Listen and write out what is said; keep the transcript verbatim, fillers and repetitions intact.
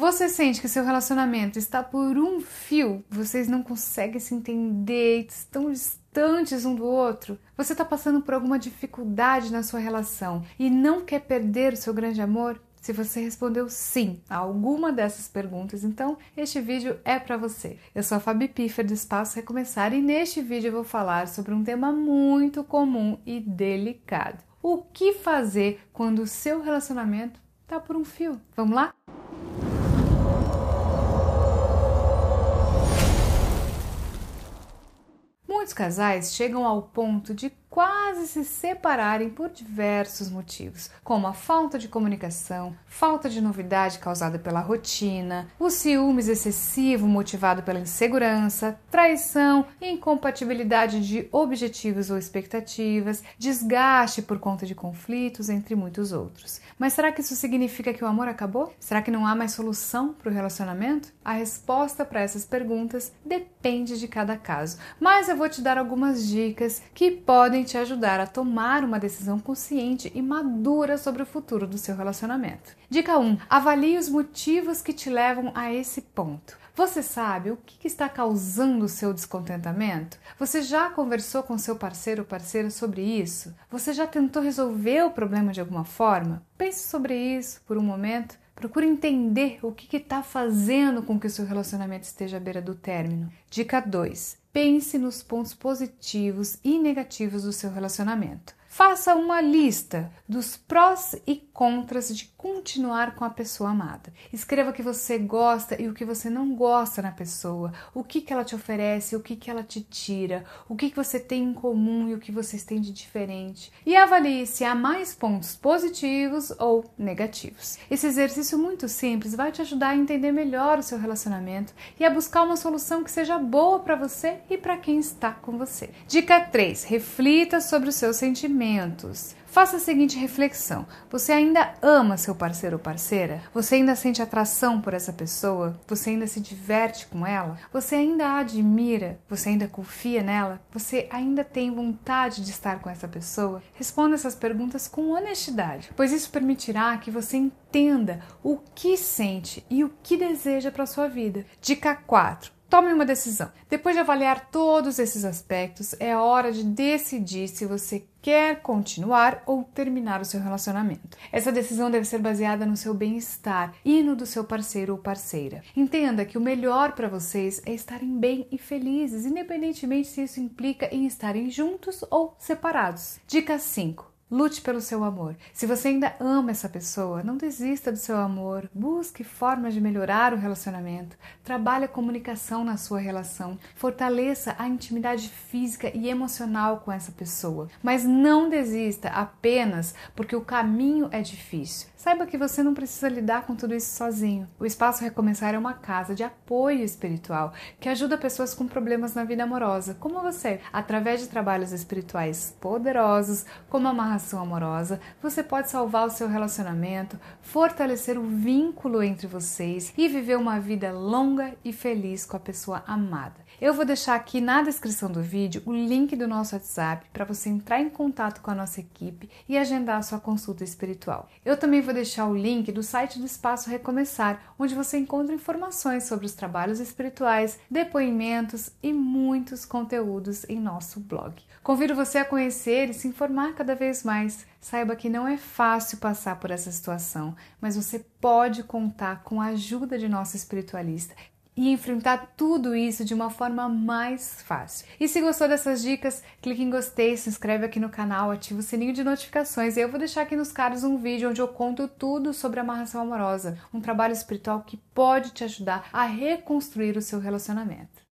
Você sente que seu relacionamento está por um fio, vocês não conseguem se entender, estão distantes um do outro? Você está passando por alguma dificuldade na sua relação e não quer perder o seu grande amor? Se você respondeu sim a alguma dessas perguntas, então este vídeo é para você. Eu sou a Fabi Piffer do Espaço Recomeçar e neste vídeo eu vou falar sobre um tema muito comum e delicado. O que fazer quando o seu relacionamento está por um fio? Vamos lá? Muitos casais chegam ao ponto de quase se separarem por diversos motivos, como a falta de comunicação, falta de novidade causada pela rotina, o ciúmes excessivo motivado pela insegurança, traição, incompatibilidade de objetivos ou expectativas, desgaste por conta de conflitos, entre muitos outros. Mas será que isso significa que o amor acabou? Será que não há mais solução para o relacionamento? A resposta para essas perguntas depende de cada caso, mas eu vou te dar algumas dicas que podem te ajudar a tomar uma decisão consciente e madura sobre o futuro do seu relacionamento. Dica um. Avalie os motivos que te levam a esse ponto. Você sabe o que está causando o seu descontentamento? Você já conversou com seu parceiro ou parceira sobre isso? Você já tentou resolver o problema de alguma forma? Pense sobre isso por um momento. Procure entender o que está fazendo com que o seu relacionamento esteja à beira do término. Dica dois. Pense nos pontos positivos e negativos do seu relacionamento. Faça uma lista dos prós e contras de continuar com a pessoa amada. Escreva o que você gosta e o que você não gosta na pessoa, o que, que ela te oferece, o que, que ela te tira, o que, que você tem em comum e o que vocês têm de diferente. E avalie se há mais pontos positivos ou negativos. Esse exercício muito simples vai te ajudar a entender melhor o seu relacionamento e a buscar uma solução que seja boa para você e para quem está com você. Dica três. Reflita sobre os seus sentimentos. Faça a seguinte reflexão: você ainda ama seu parceiro ou parceira? Você ainda sente atração por essa pessoa? Você ainda se diverte com ela? Você ainda a admira? Você ainda confia nela? Você ainda tem vontade de estar com essa pessoa? Responda essas perguntas com honestidade, pois isso permitirá que você entenda o que sente e o que deseja para a sua vida. Dica quatro. Tome uma decisão. Depois de avaliar todos esses aspectos, é hora de decidir se você quer continuar ou terminar o seu relacionamento. Essa decisão deve ser baseada no seu bem-estar e no do seu parceiro ou parceira. Entenda que o melhor para vocês é estarem bem e felizes, independentemente se isso implica em estarem juntos ou separados. Dica cinco. Lute pelo seu amor. Se você ainda ama essa pessoa, não desista do seu amor. Busque formas de melhorar o relacionamento. Trabalhe a comunicação na sua relação. Fortaleça a intimidade física e emocional com essa pessoa. Mas não desista apenas porque o caminho é difícil. Saiba que você não precisa lidar com tudo isso sozinho. O Espaço Recomeçar é uma casa de apoio espiritual que ajuda pessoas com problemas na vida amorosa, como você. Através de trabalhos espirituais poderosos, como a amarração amorosa, você pode salvar o seu relacionamento, fortalecer o vínculo entre vocês e viver uma vida longa e feliz com a pessoa amada. Eu vou deixar aqui na descrição do vídeo o link do nosso WhatsApp para você entrar em contato com a nossa equipe e agendar a sua consulta espiritual. Eu também vou deixar o link do site do Espaço Recomeçar, onde você encontra informações sobre os trabalhos espirituais, depoimentos e muitos conteúdos em nosso blog. Convido você a conhecer e se informar cada vez mais. Saiba que não é fácil passar por essa situação, mas você pode contar com a ajuda de nosso espiritualista e enfrentar tudo isso de uma forma mais fácil. E se gostou dessas dicas, clique em gostei, se inscreve aqui no canal, ativa o sininho de notificações e eu vou deixar aqui nos cards um vídeo onde eu conto tudo sobre a amarração amorosa, um trabalho espiritual que pode te ajudar a reconstruir o seu relacionamento.